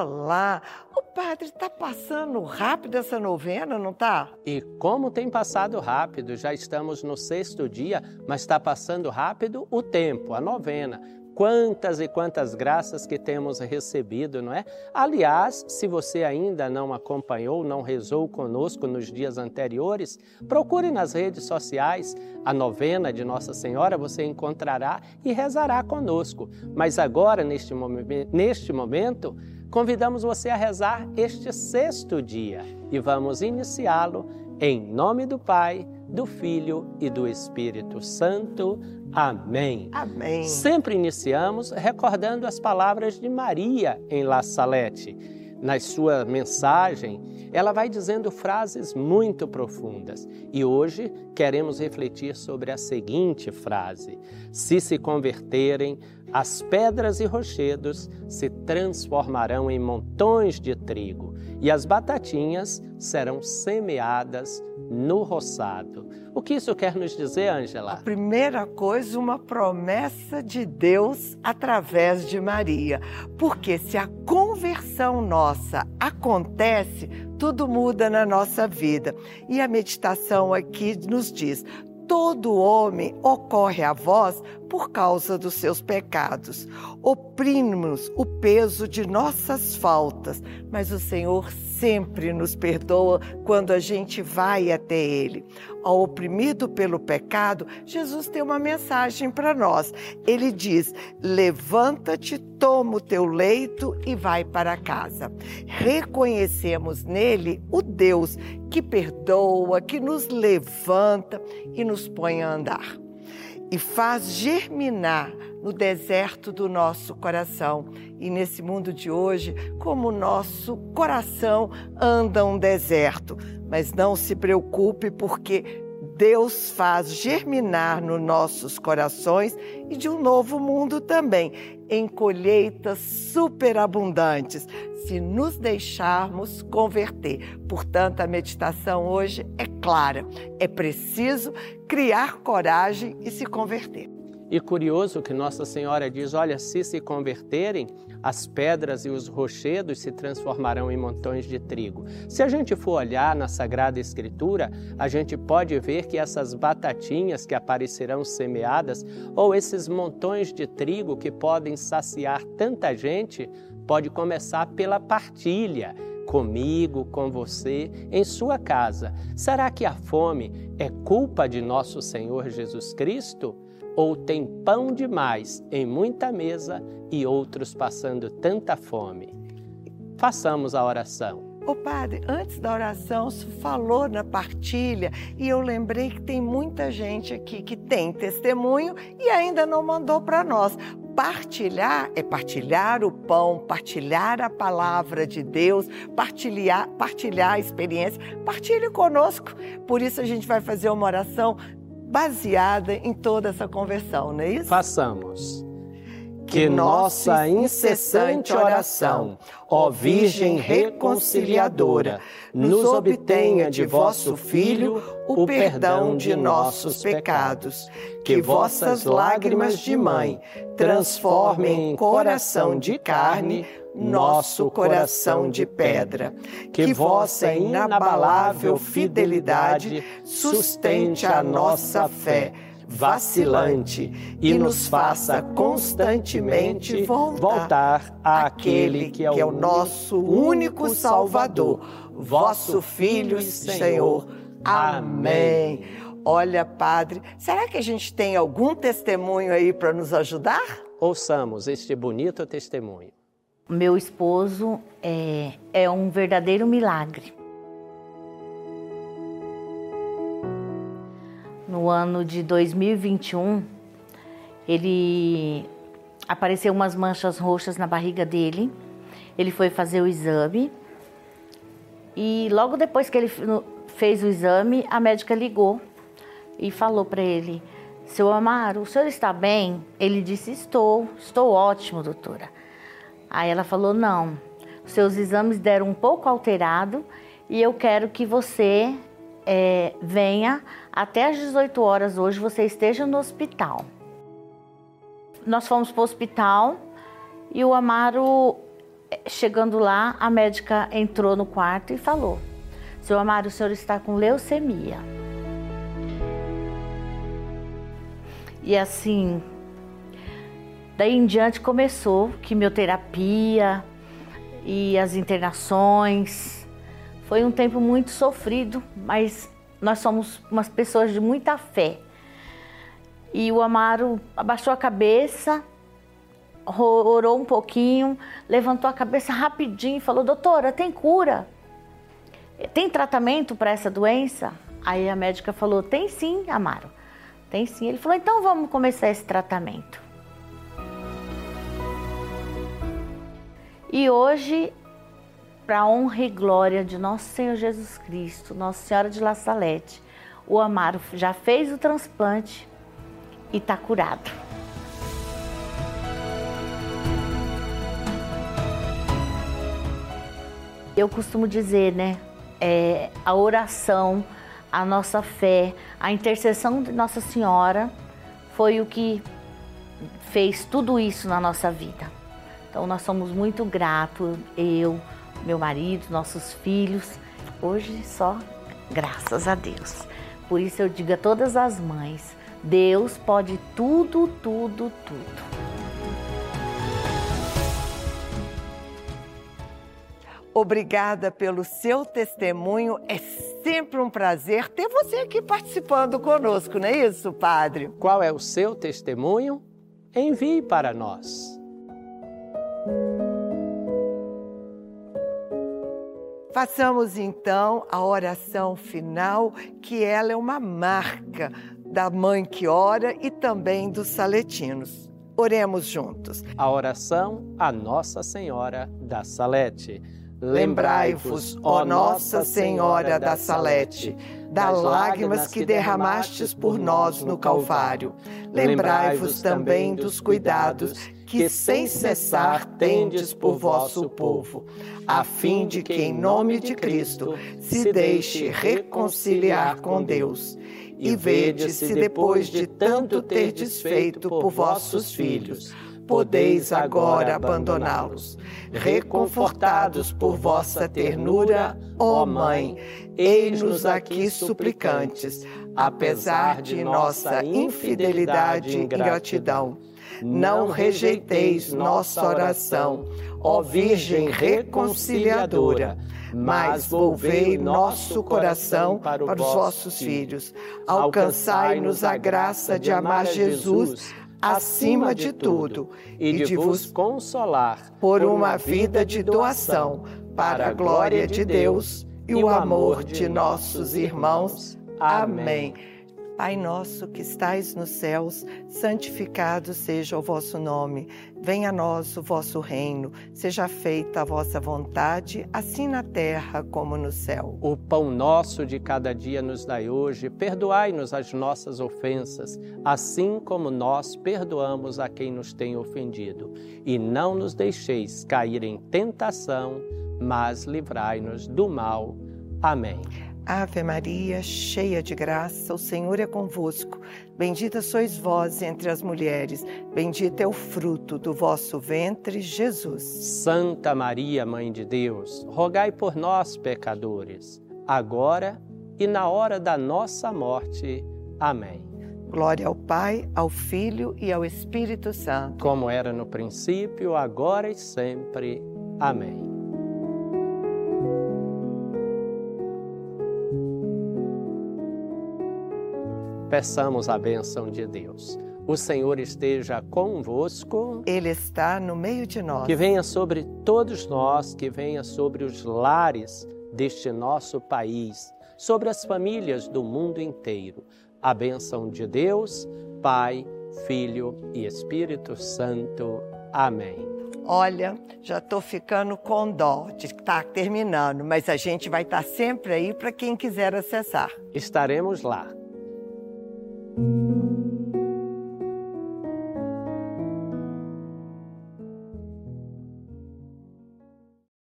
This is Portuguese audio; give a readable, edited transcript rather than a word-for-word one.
Olá! O padre, está passando rápido essa novena, não está? E como tem passado rápido, já estamos no 6º dia, mas está passando rápido o tempo, a novena. Quantas e quantas graças que temos recebido, não é? Aliás, se você ainda não acompanhou, não rezou conosco nos dias anteriores, procure nas redes sociais a novena de Nossa Senhora, você encontrará e rezará conosco. Mas agora, neste momento, convidamos você a rezar este 6º dia e vamos iniciá-lo em nome do Pai, do Filho e do Espírito Santo. Amém. Amém. Sempre iniciamos recordando as palavras de Maria em La Salette. Na sua mensagem, ela vai dizendo frases muito profundas. E hoje queremos refletir sobre a seguinte frase: se converterem, as pedras e rochedos se transformarão em montões de trigo, e as batatinhas serão semeadas no roçado. O que isso quer nos dizer, Ângela? A primeira coisa, uma promessa de Deus através de Maria. Porque se a conversão nossa acontece, tudo muda na nossa vida. E a meditação aqui nos diz: todo homem ocorre a vós por causa dos seus pecados. Oprime-nos o peso de nossas faltas, mas o Senhor sempre nos perdoa quando a gente vai até Ele. Ao oprimido pelo pecado, Jesus tem uma mensagem para nós. Ele diz: levanta-te, toma o teu leito e vai para casa. Reconhecemos nele o Deus que perdoa, que nos levanta e nos põe a andar. E faz germinar no deserto do nosso coração. E nesse mundo de hoje, como o nosso coração anda um deserto. Mas não se preocupe, porque Deus faz germinar nos nossos corações e de um novo mundo também, em colheitas superabundantes, se nos deixarmos converter. Portanto, a meditação hoje é clara. É preciso criar coragem e se converter. E curioso que Nossa Senhora diz: olha, se converterem, as pedras e os rochedos se transformarão em montões de trigo. Se a gente for olhar na Sagrada Escritura, a gente pode ver que essas batatinhas que aparecerão semeadas, ou esses montões de trigo que podem saciar tanta gente, pode começar pela partilha, comigo, com você, em sua casa. Será que a fome é culpa de nosso Senhor Jesus Cristo? Ou tem pão demais em muita mesa e outros passando tanta fome? Façamos a oração. Ô padre, antes da oração, você falou na partilha e eu lembrei que tem muita gente aqui que tem testemunho e ainda não mandou para nós. Partilhar é partilhar o pão, partilhar a palavra de Deus, partilhar a experiência. Partilhe conosco. Por isso a gente vai fazer uma oração baseada em toda essa conversão, não é isso? Façamos. Que nossa incessante oração, ó Virgem reconciliadora, nos obtenha de vosso Filho o perdão de nossos pecados. Que vossas lágrimas de mãe transformem em coração de carne nosso coração de pedra. Que vossa inabalável fidelidade sustente a nossa fé vacilante e nos faça constantemente voltar àquele que é o nosso único Salvador, vosso Filho e Senhor. Amém. Olha, padre, será que a gente tem algum testemunho aí para nos ajudar? Ouçamos este bonito testemunho. Meu esposo é um verdadeiro milagre. No ano de 2021, ele apareceu umas manchas roxas na barriga dele. Ele foi fazer o exame e logo depois que ele fez o exame, a médica ligou e falou para ele: seu Amaro, o senhor está bem? Ele disse: estou ótimo, doutora. Aí ela falou: não, seus exames deram um pouco alterado e eu quero que você venha até às 18 horas hoje, você esteja no hospital. Nós fomos para o hospital e o Amaro chegando lá, a médica entrou no quarto e falou: seu Amaro, o senhor está com leucemia. E assim, daí em diante começou quimioterapia e as internações. Foi um tempo muito sofrido, mas nós somos umas pessoas de muita fé. E o Amaro abaixou a cabeça, orou um pouquinho, levantou a cabeça rapidinho e falou: doutora, tem cura? Tem tratamento para essa doença? Aí a médica falou: tem sim, Amaro, tem sim. Ele falou: então vamos começar esse tratamento. E hoje, para a honra e glória de nosso Senhor Jesus Cristo, Nossa Senhora de La Salete, o Amaro já fez o transplante e está curado. Eu costumo dizer, né, a oração, a nossa fé, a intercessão de Nossa Senhora foi o que fez tudo isso na nossa vida. Então nós somos muito gratos, eu, meu marido, nossos filhos, hoje só graças a Deus. Por isso eu digo a todas as mães, Deus pode tudo, tudo, tudo. Obrigada pelo seu testemunho. É sempre um prazer ter você aqui participando conosco, não é isso, padre? Qual é o seu testemunho? Envie para nós. Façamos então a oração final, que ela é uma marca da mãe que ora e também dos saletinos. Oremos juntos. A oração à Nossa Senhora da Salete. Lembrai-vos, ó Nossa Senhora da Salete, das lágrimas que derramastes por nós no Calvário. Lembrai-vos também dos cuidados que sem cessar tendes por vosso povo, a fim de que, em nome de Cristo, se deixe reconciliar com Deus. E vede se depois de tanto terdes feito por vossos filhos, podeis agora abandoná-los. Reconfortados por vossa ternura, ó Mãe, eis-nos aqui suplicantes, apesar de nossa infidelidade e ingratidão. Não rejeiteis nossa oração, ó Virgem reconciliadora, mas volvei nosso coração para os vossos filhos. Alcançai-nos a graça de amar Jesus acima de tudo e de vos consolar por uma vida de doação para a glória de Deus e o amor de nossos irmãos. Amém. Pai nosso que estais nos céus, santificado seja o vosso nome. Venha a nós o vosso reino. Seja feita a vossa vontade, assim na terra como no céu. O pão nosso de cada dia nos dai hoje. Perdoai-nos as nossas ofensas, assim como nós perdoamos a quem nos tem ofendido. E não nos deixeis cair em tentação, mas livrai-nos do mal. Amém. Ave Maria, cheia de graça, o Senhor é convosco. Bendita sois vós entre as mulheres, bendito é o fruto do vosso ventre, Jesus. Santa Maria, Mãe de Deus, rogai por nós, pecadores, agora e na hora da nossa morte. Amém. Glória ao Pai, ao Filho e ao Espírito Santo. Como era no princípio, agora e sempre. Amém. Peçamos a bênção de Deus. O Senhor esteja convosco. Ele está no meio de nós. Que venha sobre todos nós, que venha sobre os lares deste nosso país, sobre as famílias do mundo inteiro. A bênção de Deus, Pai, Filho e Espírito Santo. Amém. Olha, já estou ficando com dó de estar terminando, mas a gente vai estar sempre aí para quem quiser acessar. Estaremos lá.